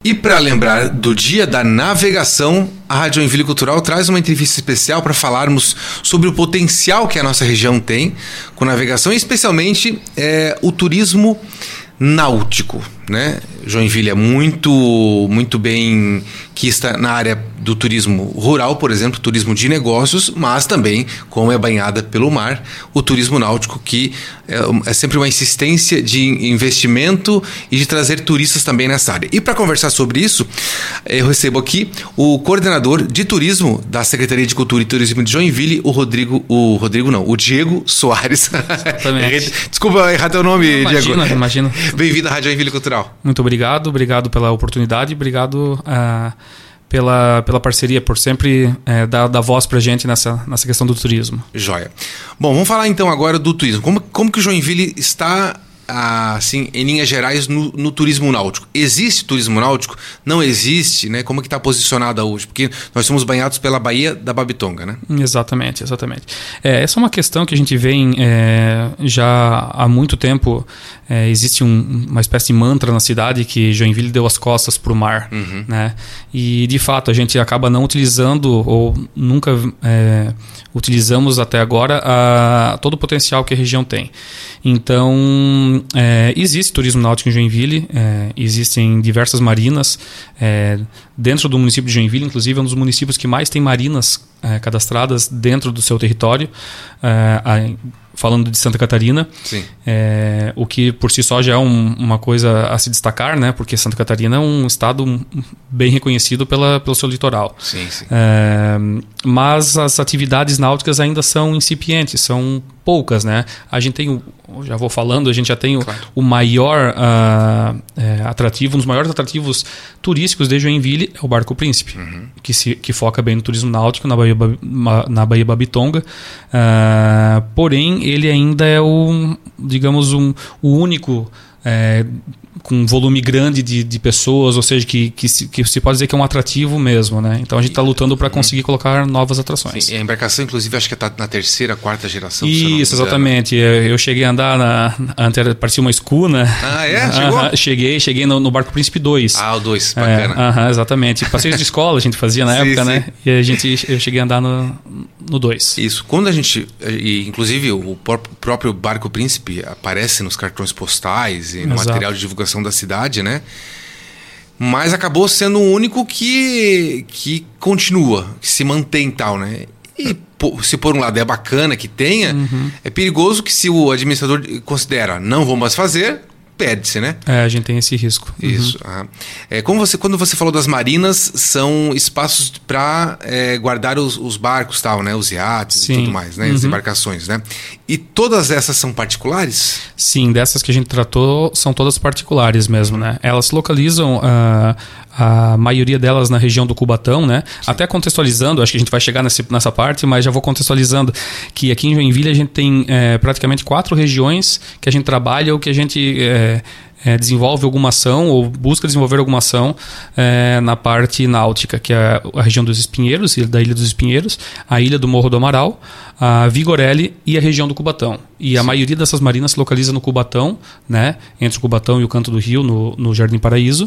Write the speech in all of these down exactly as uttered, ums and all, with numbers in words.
E para lembrar do Dia da Navegação, a Rádio Joinville Cultural traz uma entrevista especial para falarmos sobre o potencial que a nossa região tem com navegação, e especialmente é, o turismo náutico, né? Joinville é muito, muito bem quista na área do turismo rural, por exemplo, turismo de negócios, mas também, como é banhada pelo mar, o turismo náutico, que é, é sempre uma insistência de investimento e de trazer turistas também nessa área. E para conversar sobre isso, eu recebo aqui o coordenador de turismo da Secretaria de Cultura e Turismo de Joinville, o Rodrigo, o Rodrigo não, o Diego Soares. Desculpa errar teu nome, imagina, Diego. Imagina, imagina. Bem-vindo à Rádio Joinville Cultural. Muito obrigado, obrigado pela oportunidade, obrigado uh, pela, pela parceria, por sempre uh, dar, dar voz pra gente nessa, nessa questão do turismo. Joia. Bom, vamos falar então agora do turismo. Como, como que o Joinville está, assim, em linhas gerais, no, no turismo náutico? Existe turismo náutico? Não existe, né? Como é que está posicionada hoje? Porque nós somos banhados pela Baía da Babitonga, né? Exatamente, exatamente. É, essa é uma questão que a gente vem é, já há muito tempo. É, existe um, uma espécie de mantra na cidade que Joinville deu as costas para o mar, uhum. né? E de fato a gente acaba não utilizando ou nunca é, utilizamos até agora a, todo o potencial que a região tem. Então é, existe turismo náutico em Joinville, é, existem diversas marinas é, dentro do município de Joinville, inclusive é um dos municípios que mais tem marinas é, cadastradas dentro do seu território. É, a, Falando de Santa Catarina, é, o que por si só já é um, uma coisa a se destacar, né? Porque Santa Catarina é um estado bem reconhecido pela, pelo seu litoral. Sim, sim. É, mas as atividades náuticas ainda são incipientes, são poucas, né? A gente tem, o, já vou falando, a gente já tem o, claro. o maior uh, é, atrativo, um dos maiores atrativos turísticos de Joinville é o Barco Príncipe, uhum. que, se, que foca bem no turismo náutico na Baía, na Baía Babitonga. Uh, porém, ele ainda é o, digamos, um, o único é, com volume grande de, de pessoas, ou seja, que, que, se, que se pode dizer que é um atrativo mesmo, né? Então a gente está lutando para conseguir colocar novas atrações. Sim, a embarcação, inclusive, acho que está na terceira, quarta geração. Isso, exatamente. Eu cheguei a andar na, na parecia uma escuna. Ah, é? Chegou? Uh-huh, cheguei, cheguei no, no Barco Príncipe dois. Ah, o dois, bacana. É, uh-huh, exatamente. Passeios de escola a gente fazia na sim, época, sim. né? E a gente, eu cheguei a andar no, no dois. Isso. Quando a gente, e, inclusive o próprio Barco Príncipe aparece nos cartões postais e no Exato. material de divulgação da cidade, né? Mas acabou sendo o único que, que continua, que se mantém tal, né? E se por um lado é bacana que tenha, uhum. é perigoso que se o administrador considera não vou mais fazer, perde-se, né? É, a gente tem esse risco. Isso. Uhum. Uhum. É, como você, quando você falou das marinas, são espaços para é, guardar os, os barcos, tal, né? Os iates Sim. e tudo mais, né? As uhum. embarcações, né? E todas essas são particulares? Sim, dessas que a gente tratou, são todas particulares mesmo, né? Elas se localizam, uh, a maioria delas na região do Cubatão, né? Sim. Até contextualizando, acho que a gente vai chegar nesse, nessa parte, mas já vou contextualizando que aqui em Joinville a gente tem é, praticamente quatro regiões que a gente trabalha ou que a gente é, é, desenvolve alguma ação ou busca desenvolver alguma ação é, na parte náutica, que é a região dos Espinheiros, da Ilha dos Espinheiros, a Ilha do Morro do Amaral, a Vigorelli e a região do Cubatão. E Sim. a maioria dessas marinas se localiza no Cubatão, né? Entre o Cubatão e o Canto do Rio, no, no Jardim Paraíso,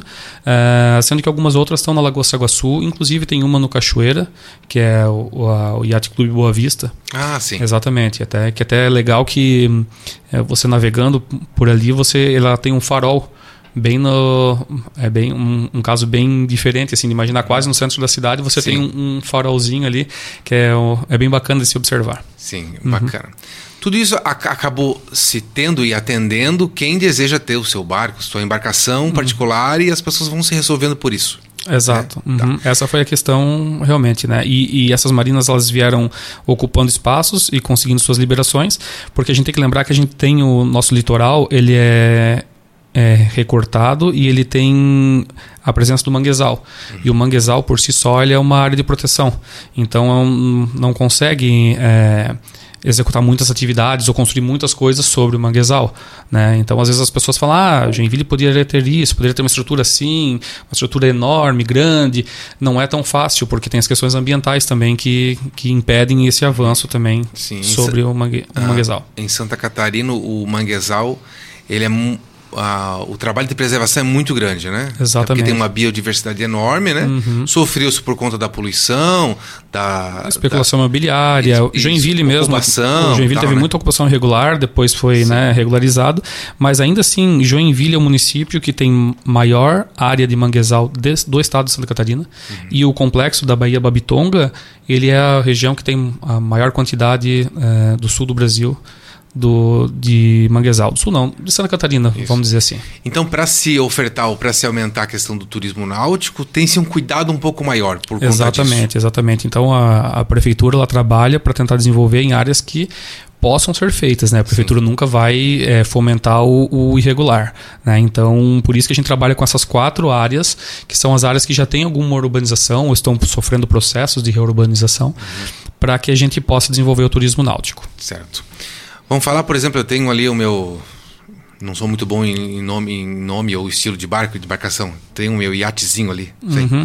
uh, sendo que algumas outras estão na Lagoa Saguaçu, inclusive tem uma no Cachoeira, que é o, o, o Yacht Clube Boa Vista. Ah, sim. Exatamente, até, que até é legal que é, você navegando por ali, você, ela tem um farol bem no é bem um, um caso bem diferente assim, de imaginar quase no centro da cidade você Sim. tem um, um farolzinho ali que é, é bem bacana de se observar. Sim, bacana. Uhum. Tudo isso a, acabou se tendo e atendendo quem deseja ter o seu barco, sua embarcação uhum. particular, e as pessoas vão se resolvendo por isso. Exato. É? Uhum. Tá. Essa foi a questão realmente, né? E, e essas marinas, elas vieram ocupando espaços e conseguindo suas liberações, porque a gente tem que lembrar que a gente tem o nosso litoral, ele é É recortado e ele tem a presença do manguezal. Uhum. E o manguezal, por si só, ele é uma área de proteção. Então, não consegue é, executar muitas atividades ou construir muitas coisas sobre o manguezal, né? Então, às vezes as pessoas falam, ah, Joinville poderia ter isso, poderia ter uma estrutura assim, uma estrutura enorme, grande. Não é tão fácil, porque tem as questões ambientais também que, que impedem esse avanço também Sim, sobre o, mangue, ah, o manguezal. Em Santa Catarina, o manguezal, ele é a, o trabalho de preservação é muito grande, né? Exatamente. É porque tem uma biodiversidade enorme, né? Uhum. Sofreu-se por conta da poluição, da... especulação da, imobiliária. Isso, Joinville mesmo. Ocupação. O Joinville tal, teve né? muita ocupação irregular, depois foi, né, regularizado. Mas ainda assim, Joinville é o município que tem maior área de manguezal de, do estado de Santa Catarina. Uhum. E o complexo da Baía Babitonga, ele é a região que tem a maior quantidade é, do sul do Brasil do, de manguezal. Do sul não, de Santa Catarina, Isso. vamos dizer assim. Então, para se ofertar ou para se aumentar a questão do turismo náutico, tem-se um cuidado um pouco maior por conta Exatamente, disso. exatamente. Então, a, a prefeitura ela trabalha para tentar desenvolver em áreas que possam ser feitas, né? A prefeitura Sim. nunca vai é, fomentar o, o irregular, né? Então, por isso que a gente trabalha com essas quatro áreas, que são as áreas que já têm alguma urbanização ou estão sofrendo processos de reurbanização, uhum. para que a gente possa desenvolver o turismo náutico. Certo. Vamos falar, por exemplo, eu tenho ali o meu... Não sou muito bom em nome, em nome ou estilo de barco, de embarcação. Tenho o meu iatezinho ali. Uhum.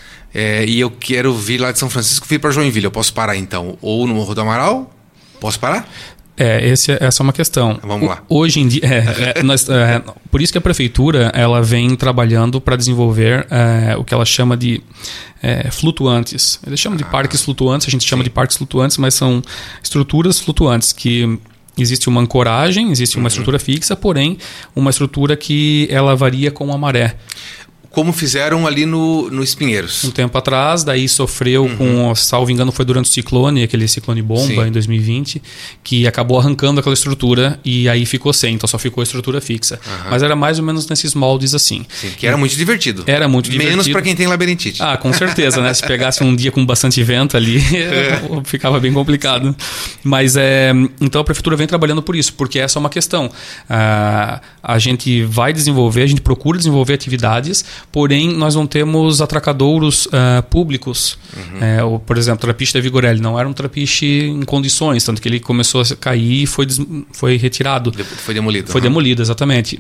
É, e eu quero vir lá de São Francisco, vir para Joinville. Eu posso parar, então, ou no Morro do Amaral? Posso parar? É, esse, essa é uma questão. Vamos lá. O, hoje em dia, é, é, nós, é, por isso que a prefeitura ela vem trabalhando para desenvolver é, o que ela chama de é, flutuantes. Eles chamam ah, de parques flutuantes, a gente sim. chama de parques flutuantes, mas são estruturas flutuantes que existe uma ancoragem, existe uma uhum. estrutura fixa, porém uma estrutura que ela varia com a maré. Como fizeram ali no, no Espinheiros. Um tempo atrás, daí sofreu uhum. com, salvo engano, foi durante o ciclone, aquele ciclone bomba Sim. em dois mil e vinte, que acabou arrancando aquela estrutura e aí ficou sem, então só ficou a estrutura fixa. Uhum. Mas era mais ou menos nesses moldes assim. Sim, que era muito divertido. Era muito divertido. Menos para quem tem labirintite. Ah, com certeza, né? Se pegasse um dia com bastante vento ali, é. ficava bem complicado. Mas, é, então a prefeitura vem trabalhando por isso, porque essa é uma questão. Ah, a gente vai desenvolver, a gente procura desenvolver atividades, porém nós não temos atracadouros uh, públicos. Uhum. É, ou, por exemplo, o trapiche da Vigorelli não era um trapiche em condições, tanto que ele começou a cair e foi, des... foi retirado. Foi demolido. Foi uhum. demolido, exatamente.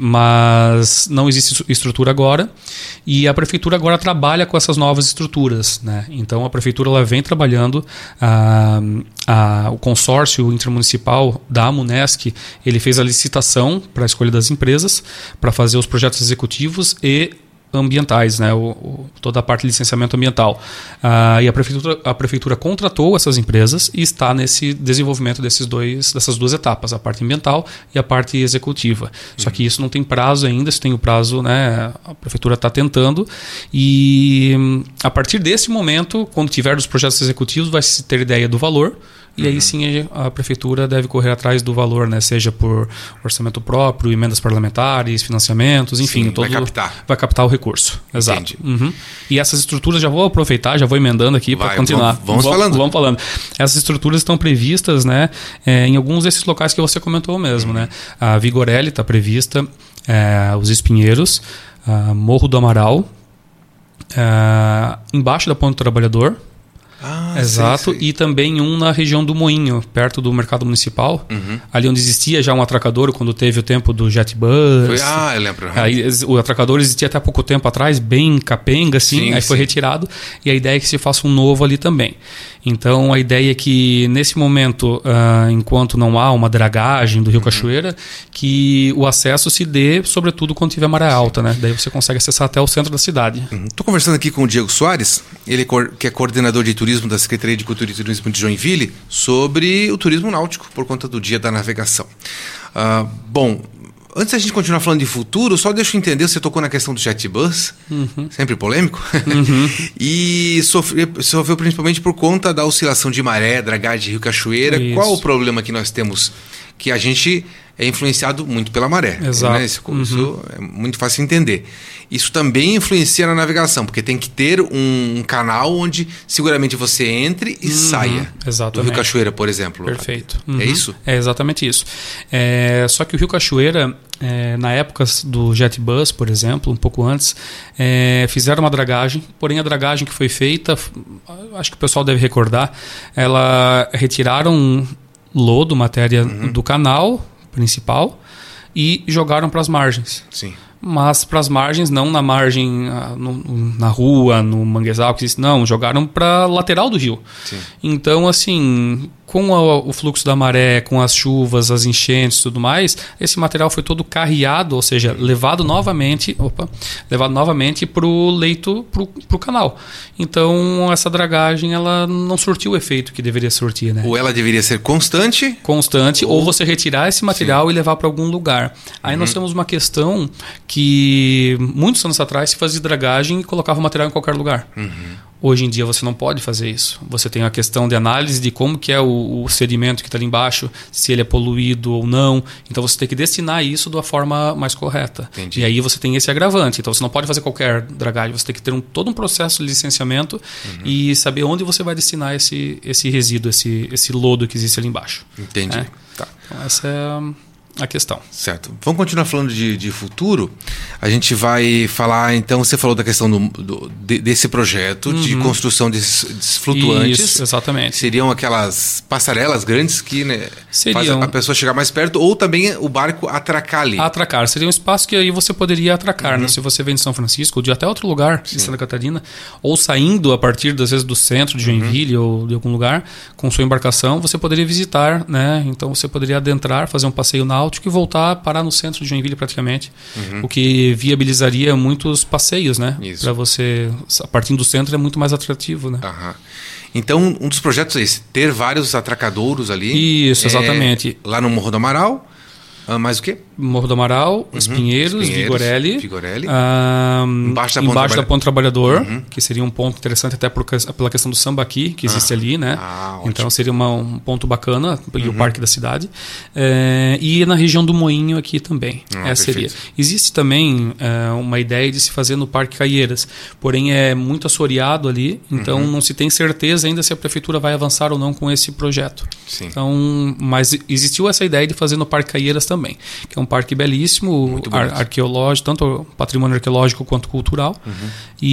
Mas não existe estrutura agora e a prefeitura agora trabalha com essas novas estruturas, né? Então a prefeitura ela vem trabalhando, uh, uh, o consórcio intermunicipal da Amunesc, ele fez a licitação para a escolha das empresas, para fazer os projetos executivos e ambientais, né? o, o, toda a parte de licenciamento ambiental. Ah, e a prefeitura, a prefeitura contratou essas empresas e está nesse desenvolvimento desses dois, dessas duas etapas, a parte ambiental e a parte executiva. Uhum. Só que isso não tem prazo ainda, isso tem o prazo, né? A prefeitura está tentando e a partir desse momento, quando tiver os projetos executivos, vai se ter ideia do valor. E aí sim a prefeitura deve correr atrás do valor, né? Seja por orçamento próprio, emendas parlamentares, financiamentos, enfim. Sim, todo, vai captar. Vai captar o recurso. Exato. Uhum. E essas estruturas, já vou aproveitar, já vou emendando aqui para continuar. Vamos, vamos, vamos falando. Vamos falando. Essas estruturas estão previstas, né, é, em alguns desses locais que você comentou mesmo. Uhum. Né? A Vigorelli está prevista, é, os Espinheiros, Morro do Amaral, é, embaixo da Ponte do Trabalhador. Ah, Exato, sei, sei. E também um na região do Moinho, perto do mercado municipal, uhum. ali onde existia já um atracadouro quando teve o tempo do JetBus. Foi, ah, eu lembro. Aí, o atracadouro existia até há pouco tempo atrás, bem capenga, assim, sim, aí sim. foi retirado, e a ideia é que se faça um novo ali também. Então a ideia é que nesse momento, uh, enquanto não há uma dragagem do Rio uhum. Cachoeira, que o acesso se dê, sobretudo quando tiver maré alta, né? Daí você consegue acessar até o centro da cidade. Estou uhum. conversando aqui com o Diego Soares, ele que é coordenador de turismo da Secretaria de Cultura e Turismo de Joinville, sobre o turismo náutico, por conta do Dia da Navegação. Uh, bom, antes da gente continuar falando de futuro, só deixa eu entender, você tocou na questão do JetBus, uhum. sempre polêmico, uhum. e sofreu, sofreu principalmente por conta da oscilação de maré, dragagem de Rio Cachoeira. Isso. Qual o problema que nós temos? Que a gente é influenciado muito pela maré. Exato. Né? Isso, uhum. isso é muito fácil de entender. Isso também influencia na navegação, porque tem que ter um canal onde seguramente você entre e uhum. saia. Exatamente. Do Rio Cachoeira, por exemplo. Perfeito. Uhum. É isso? É exatamente isso. É, só que o Rio Cachoeira, é, na época do JetBus, por exemplo, um pouco antes, é, fizeram uma dragagem, porém a dragagem que foi feita, acho que o pessoal deve recordar, ela retiraram lodo, matéria uhum. do canal principal e jogaram para as margens. Sim. Mas para as margens, não na margem, no, na rua, no manguezal, que não, jogaram para a lateral do rio. Sim. Então, assim, com a, o fluxo da maré, com as chuvas, as enchentes e tudo mais, esse material foi todo carreado, ou seja, levado novamente, opa, levado novamente para o leito, para o canal. Então, essa dragagem ela não surtiu o efeito que deveria surtir, né? Ou ela deveria ser constante. Constante, ou, ou você retirar esse material Sim. e levar para algum lugar. Aí uhum. nós temos uma questão que muitos anos atrás se fazia dragagem e colocava o material em qualquer lugar. Uhum. Hoje em dia você não pode fazer isso. Você tem a questão de análise de como que é o, o sedimento que está ali embaixo, se ele é poluído ou não. Então você tem que destinar isso da forma mais correta. Entendi. E aí você tem esse agravante. Então você não pode fazer qualquer dragagem. Você tem que ter um, todo um processo de licenciamento uhum. e saber onde você vai destinar esse, esse resíduo, esse, esse lodo que existe ali embaixo. Entendi. É? Tá. Então essa é a questão. Certo. Vamos continuar falando de, de futuro. A gente vai falar, então, você falou da questão do, do, de, desse projeto uhum. de construção desses, desses flutuantes. Isso, exatamente. Seriam aquelas passarelas grandes que né, Seriam... faz a pessoa chegar mais perto ou também o barco atracar ali. Atracar. Seria um espaço que aí você poderia atracar. Uhum. Né? Se você vem de São Francisco ou de até outro lugar Sim. de Santa Catarina, ou saindo a partir, às vezes, do centro de Joinville uhum. ou de algum lugar, com sua embarcação, você poderia visitar, né? Então você poderia adentrar, fazer um passeio náutico e voltar, parar no centro de Joinville praticamente, uhum. o que viabilizaria muitos passeios, né? Para você, a partir do centro é muito mais atrativo, né? Uhum. Então, um dos projetos é esse, ter vários atracadouros ali. Isso, exatamente. É, lá no Morro do Amaral. Ah, mais o quê? Morro do Amaral, uhum. Espinheiros, Espinheiros, Vigorelli. Vigorelli. Ah, embaixo da embaixo da Ponte Trabalhador, uhum. que seria um ponto interessante até por, pela questão do sambaqui que existe ah. ali, né? Ah, então seria uma, um ponto bacana, e uhum. o parque da cidade. É, e na região do Moinho aqui também. Ah, Essa perfeito. seria. Existe também é, uma ideia de se fazer no Parque Caieiras, porém é muito assoreado ali, então uhum. não se tem certeza ainda se a prefeitura vai avançar ou não com esse projeto. Sim. Então, mas existiu essa ideia de fazer no Parque Caieiras também, que é um parque belíssimo, ar, arqueológico, tanto patrimônio arqueológico quanto cultural. Uhum.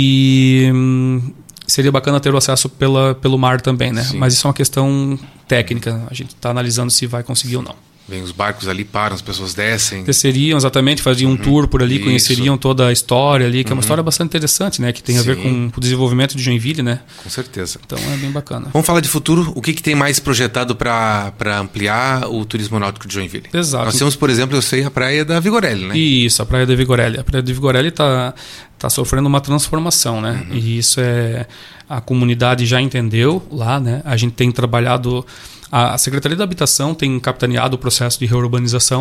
E hum, seria bacana ter o acesso pela, pelo mar também, né? Sim. Mas isso é uma questão técnica. A gente está analisando se vai conseguir ou não. Vem os barcos ali, param, as pessoas descem. Desceriam, exatamente, faziam uhum. um tour por ali, Isso. conheceriam toda a história ali, que uhum. é uma história bastante interessante, né? Que tem Sim. a ver com o desenvolvimento de Joinville, né? Com certeza. Então é bem bacana. Vamos falar de futuro. O que, que tem mais projetado para ampliar o turismo náutico de Joinville? Exato. Nós temos, por exemplo, eu sei, a praia da Vigorelli, né? Isso, a praia da Vigorelli. A praia da Vigorelli está tá sofrendo uma transformação, né? Uhum. E isso é... A comunidade já entendeu lá, né? A gente tem trabalhado... A Secretaria da Habitação tem capitaneado o processo de reurbanização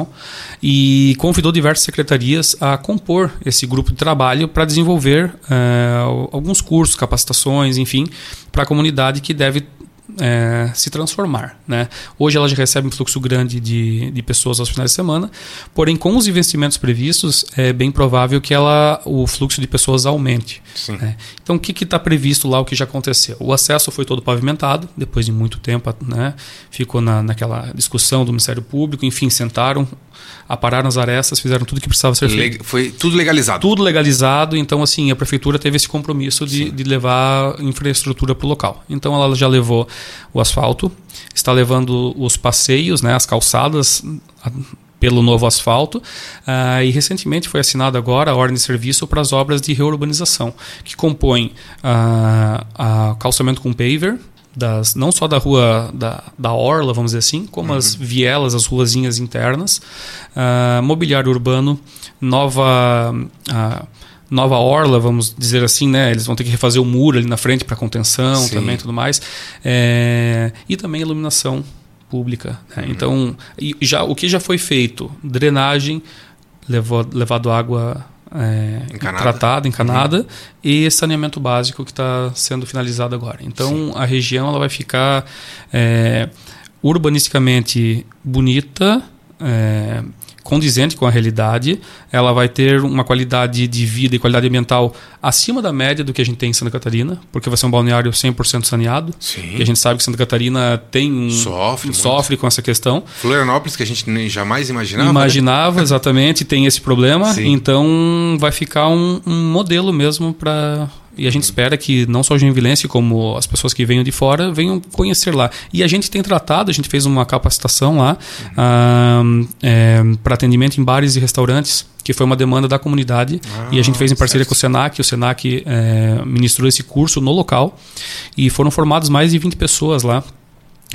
e convidou diversas secretarias a compor esse grupo de trabalho para desenvolver uh, alguns cursos, capacitações, enfim, para a comunidade que deve É, se transformar, né? Hoje ela já recebe um fluxo grande de, de pessoas aos finais de semana, porém com os investimentos previstos é bem provável que ela, o fluxo de pessoas aumente, né? Então o que está previsto lá, o que já aconteceu? O acesso foi todo pavimentado, depois de muito tempo, né? Ficou na, naquela discussão do Ministério Público, enfim, sentaram, apararam as arestas, fizeram tudo o que precisava ser feito. Foi tudo legalizado? Tudo legalizado, então assim, a prefeitura teve esse compromisso de, de levar infraestrutura para o local. Então ela já levou o asfalto, está levando os passeios, né, as calçadas a, pelo novo asfalto, uh, e recentemente foi assinada agora a ordem de serviço para as obras de reurbanização, que compõem uh, a calçamento com paver, Das, não só da rua da, da Orla, vamos dizer assim, como uhum. as vielas, as ruazinhas internas, uh, mobiliário urbano, nova, uh, nova Orla, vamos dizer assim, né? Eles vão ter que refazer o muro ali na frente para contenção Sim. também e tudo mais. É, e também iluminação pública. Né? Uhum. Então, e já, o que já foi feito? Drenagem, levou, levado água... É, encanada. tratada, encanada, uhum. e saneamento básico que está sendo finalizado agora. Então Sim. a região ela vai ficar é, urbanisticamente bonita, é, condizente com a realidade, ela vai ter uma qualidade de vida e qualidade ambiental acima da média do que a gente tem em Santa Catarina, porque vai ser um balneário cem por cento saneado. Sim. E a gente sabe que Santa Catarina tem um, sofre, um, sofre com essa questão. Florianópolis, que a gente nem jamais imaginava. Imaginava, né? Exatamente, tem esse problema. Sim. Então vai ficar um, um modelo mesmo para... E a gente espera que não só o joinvilense, como as pessoas que venham de fora, venham conhecer lá. E a gente tem tratado, a gente fez uma capacitação lá uhum. ah, é, para atendimento em bares e restaurantes, que foi uma demanda da comunidade. Ah, e a gente fez em parceria certo. com o Senac. O Senac é, ministrou esse curso no local. E foram formadas mais de vinte pessoas lá.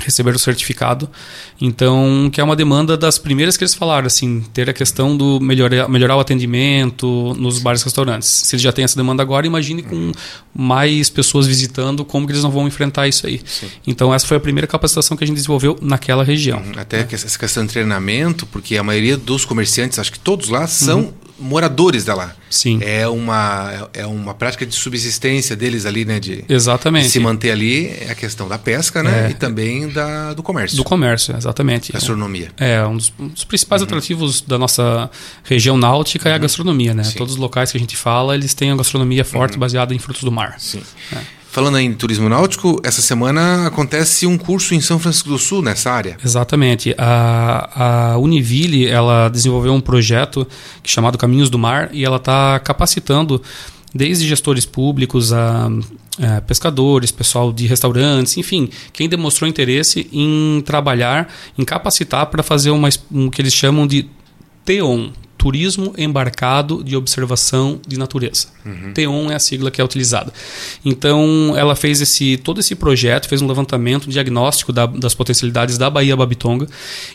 receber o certificado. Então, que é uma demanda das primeiras que eles falaram, assim, ter a questão do melhorar, melhorar o atendimento nos bares e restaurantes. Se eles já têm essa demanda agora, imagine com mais pessoas visitando, como que eles não vão enfrentar isso aí. Sim. Então, essa foi a primeira capacitação que a gente desenvolveu naquela região. Até né? essa questão de treinamento, porque a maioria dos comerciantes, acho que todos lá, são uhum. moradores de lá. Sim. É uma, é uma prática de subsistência deles ali, né? De, exatamente. De se manter ali, é a questão da pesca, né? É. E também da, do comércio. Do comércio, exatamente. Gastronomia. É, um dos, um dos principais uhum. atrativos da nossa região náutica uhum. é a gastronomia, né? Sim. Todos os locais que a gente fala, eles têm a gastronomia forte, uhum. baseada em frutos do mar. Sim. É. Falando aí em turismo náutico, essa semana acontece um curso em São Francisco do Sul, nessa área. Exatamente. A, a Univille, ela desenvolveu um projeto chamado Caminhos do Mar e ela está capacitando desde gestores públicos a, a pescadores, pessoal de restaurantes, enfim, quem demonstrou interesse em trabalhar, em capacitar para fazer uma, um que eles chamam de T O N. Turismo Embarcado de Observação de Natureza. Uhum. T O N é a sigla que é utilizada. Então, ela fez esse, todo esse projeto, fez um levantamento, um diagnóstico da, das potencialidades da Baía Babitonga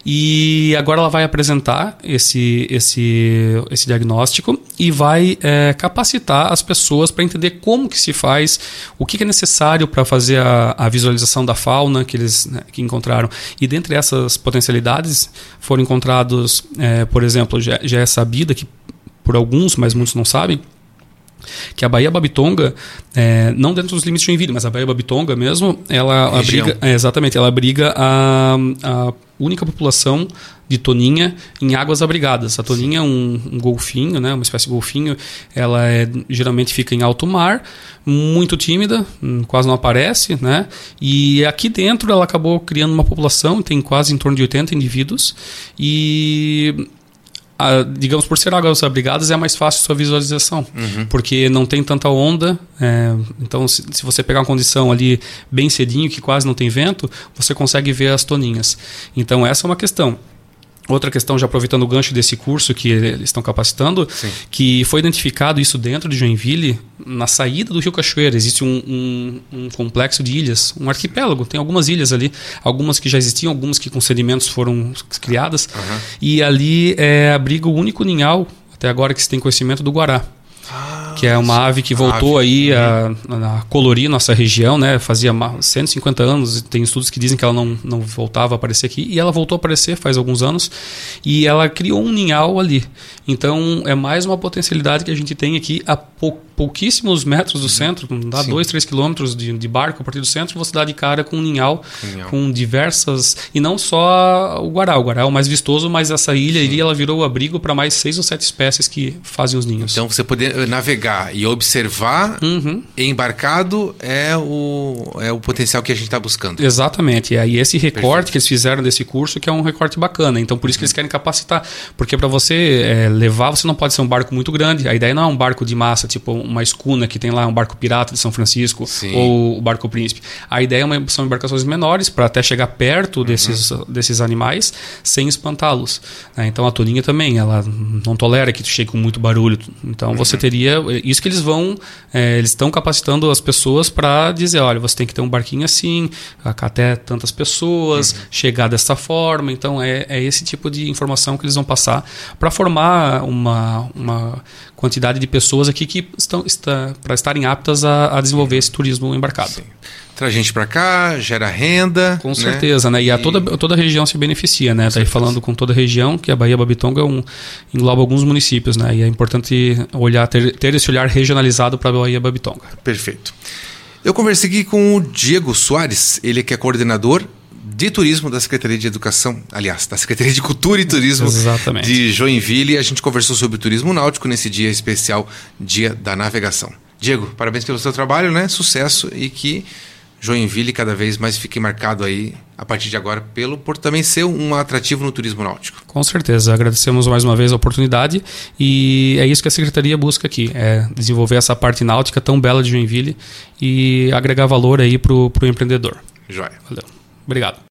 e agora ela vai apresentar esse, esse, esse diagnóstico e vai é, capacitar as pessoas para entender como que se faz, o que, que é necessário para fazer a, a visualização da fauna que eles né, que encontraram. E dentre essas potencialidades foram encontrados, é, por exemplo, já, já é sabida que por alguns, mas muitos não sabem, que a Baía Babitonga, é, não dentro dos limites de Joinville, mas a Baía Babitonga mesmo, ela abriga, é, exatamente, ela abriga a, a única população de toninha em águas abrigadas. A toninha é um, um golfinho, né, uma espécie de golfinho, ela é, geralmente fica em alto mar, muito tímida, quase não aparece, né, e aqui dentro ela acabou criando uma população, tem quase em torno de oitenta indivíduos, e A, digamos, por ser águas abrigadas é mais fácil a sua visualização, uhum. porque não tem tanta onda, é, então se, se você pegar uma condição ali bem cedinho, que quase não tem vento, você consegue ver as toninhas. Então essa é uma questão. Outra questão, já aproveitando o gancho desse curso que eles estão capacitando, Sim. que foi identificado isso dentro de Joinville, na saída do Rio Cachoeira. Existe um, um, um complexo de ilhas, um arquipélago, tem algumas ilhas ali, algumas que já existiam, algumas que com sedimentos foram criadas, uhum. e ali é, abriga o único ninhal, até agora que se tem conhecimento, do guará. Ah, que é uma ave que voltou ave. aí a, a colorir nossa região, né? Fazia cento e cinquenta anos, tem estudos que dizem que ela não, não voltava a aparecer aqui, e ela voltou a aparecer faz alguns anos, e ela criou um ninhal ali. Então é mais uma potencialidade que a gente tem aqui a pou, pouquíssimos metros do uhum. centro, dá dois, três quilômetros de, de barco a partir do centro, você dá de cara com um ninhal, ninhal, com diversas, e não só o guará, o guará é o mais vistoso, mas essa ilha ali, ela virou o abrigo para mais seis ou sete espécies que fazem os ninhos. Então você poder navegar e observar uhum. embarcado é o, é o potencial que a gente está buscando. Exatamente, e aí esse recorte Perfeito. que eles fizeram desse curso, que é um recorte bacana, então por isso uhum. que eles querem capacitar, porque para você é, levar, você não pode ser um barco muito grande, a ideia não é um barco de massa, tipo uma escuna que tem lá, um barco pirata de São Francisco, Sim. ou o barco Príncipe. A ideia é uma, são embarcações menores para até chegar perto uhum. desses, desses animais sem espantá-los. Né? Então a toninha também, ela não tolera que tu chegue com muito barulho, então uhum. você teria, isso que eles vão, é, eles estão capacitando as pessoas para dizer, olha, você tem que ter um barquinho assim, até tantas pessoas, uhum. chegar dessa forma, então é, é esse tipo de informação que eles vão passar para formar uma, uma quantidade de pessoas aqui que estão está, para estarem aptas a, a desenvolver esse turismo embarcado. Sim. Traz gente para cá, gera renda. Com certeza, né? E, e... A toda, toda a região se beneficia, né? Está aí falando com toda a região, que a Baía Babitonga é um, engloba alguns municípios, né? E é importante olhar, ter, ter esse olhar regionalizado para a Baía Babitonga. Perfeito. Eu conversei aqui com o Diego Soares, ele que é coordenador de turismo da Secretaria de Educação, aliás, da Secretaria de Cultura e Turismo Exatamente. de Joinville. E a gente conversou sobre turismo náutico nesse dia especial, Dia da Navegação. Diego, parabéns pelo seu trabalho, né? Sucesso, e que Joinville cada vez mais fique marcado aí, a partir de agora, pelo por também ser um atrativo no turismo náutico. Com certeza, agradecemos mais uma vez a oportunidade, e é isso que a Secretaria busca aqui, é desenvolver essa parte náutica tão bela de Joinville e agregar valor aí para o empreendedor. Joia. Valeu. Obrigado.